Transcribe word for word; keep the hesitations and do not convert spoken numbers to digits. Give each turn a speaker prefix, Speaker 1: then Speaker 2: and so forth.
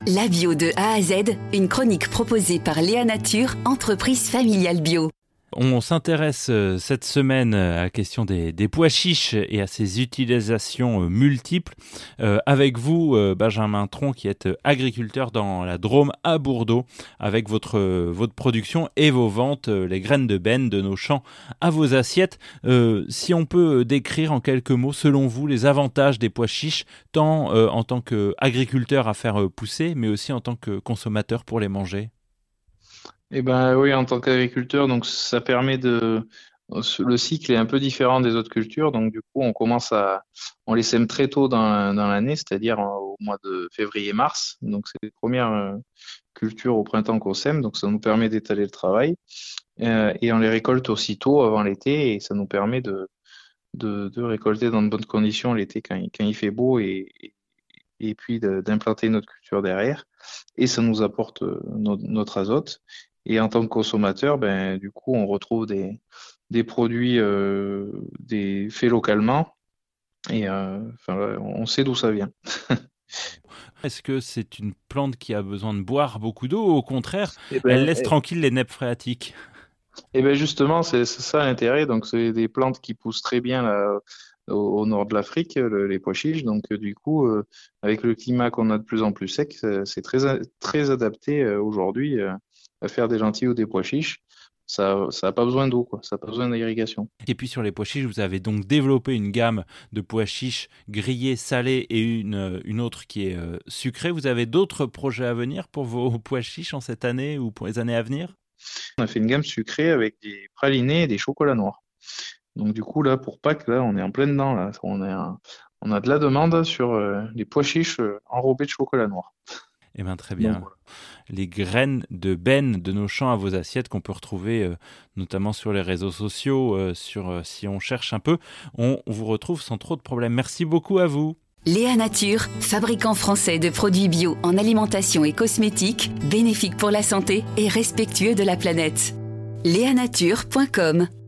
Speaker 1: La bio de A à Z, une chronique proposée par Léa Nature, entreprise familiale bio.
Speaker 2: On s'intéresse cette semaine à la question des, des pois chiches et à ses utilisations multiples. Euh, avec vous, Benjamin Tron, qui êtes agriculteur dans la Drôme à Bourdeau, avec votre, votre production et vos ventes, les graines de benne de nos champs à vos assiettes. Euh, si on peut décrire en quelques mots, selon vous, les avantages des pois chiches, tant euh, en tant qu'agriculteur à faire pousser, mais aussi en tant que consommateur pour les manger.
Speaker 3: Eh ben oui, en tant qu'agriculteur, donc ça permet de le cycle est un peu différent des autres cultures, donc du coup on commence à on les sème très tôt dans, dans l'année, c'est-à-dire au mois de février-mars. Donc c'est les premières euh, cultures au printemps qu'on sème, donc ça nous permet d'étaler le travail. Euh, et on les récolte aussitôt avant l'été et ça nous permet de de, de récolter dans de bonnes conditions l'été quand il, quand il fait beau et et puis de, d'implanter notre culture derrière. Et ça nous apporte euh, notre, notre azote. Et en tant que consommateur, ben, du coup, on retrouve des, des produits euh, des, faits localement et euh, enfin, on sait d'où ça vient.
Speaker 2: Est-ce que c'est une plante qui a besoin de boire beaucoup d'eau ou au contraire,
Speaker 3: Et ben,
Speaker 2: elle laisse
Speaker 3: et,
Speaker 2: tranquille les nappes phréatiques?
Speaker 3: et ben justement, c'est, c'est ça l'intérêt. Donc, c'est des plantes qui poussent très bien là, au, au nord de l'Afrique, le, les pois chiches. Donc, euh, du coup, euh, avec le climat qu'on a de plus en plus sec, c'est, c'est très, très adapté euh, aujourd'hui euh, à faire des lentilles ou des pois chiches. Ça, ça n'a pas besoin d'eau, quoi. Ça n'a pas besoin d'irrigation.
Speaker 2: Et puis sur les pois chiches, vous avez donc développé une gamme de pois chiches grillés, salés et une, une autre qui est euh, sucrée. Vous avez d'autres projets à venir pour vos pois chiches en cette année ou pour les années à venir?
Speaker 3: On a fait une gamme sucrée avec des pralinés et des chocolats noirs. Donc du coup, là, pour Pâques, là, on est en plein dedans. Là. On, est un- on a de la demande sur euh, les pois chiches euh, enrobés de chocolat noir.
Speaker 2: Eh bien, très
Speaker 3: Donc,
Speaker 2: bien.
Speaker 3: voilà.
Speaker 2: Les graines de benne de nos champs à vos assiettes qu'on peut retrouver euh, notamment sur les réseaux sociaux, euh, sur, euh, si on cherche un peu, on vous retrouve sans trop de problèmes. Merci beaucoup à vous.
Speaker 1: Léa Nature, fabricant français de produits bio en alimentation et cosmétiques, bénéfiques pour la santé et respectueux de la planète. léa nature point com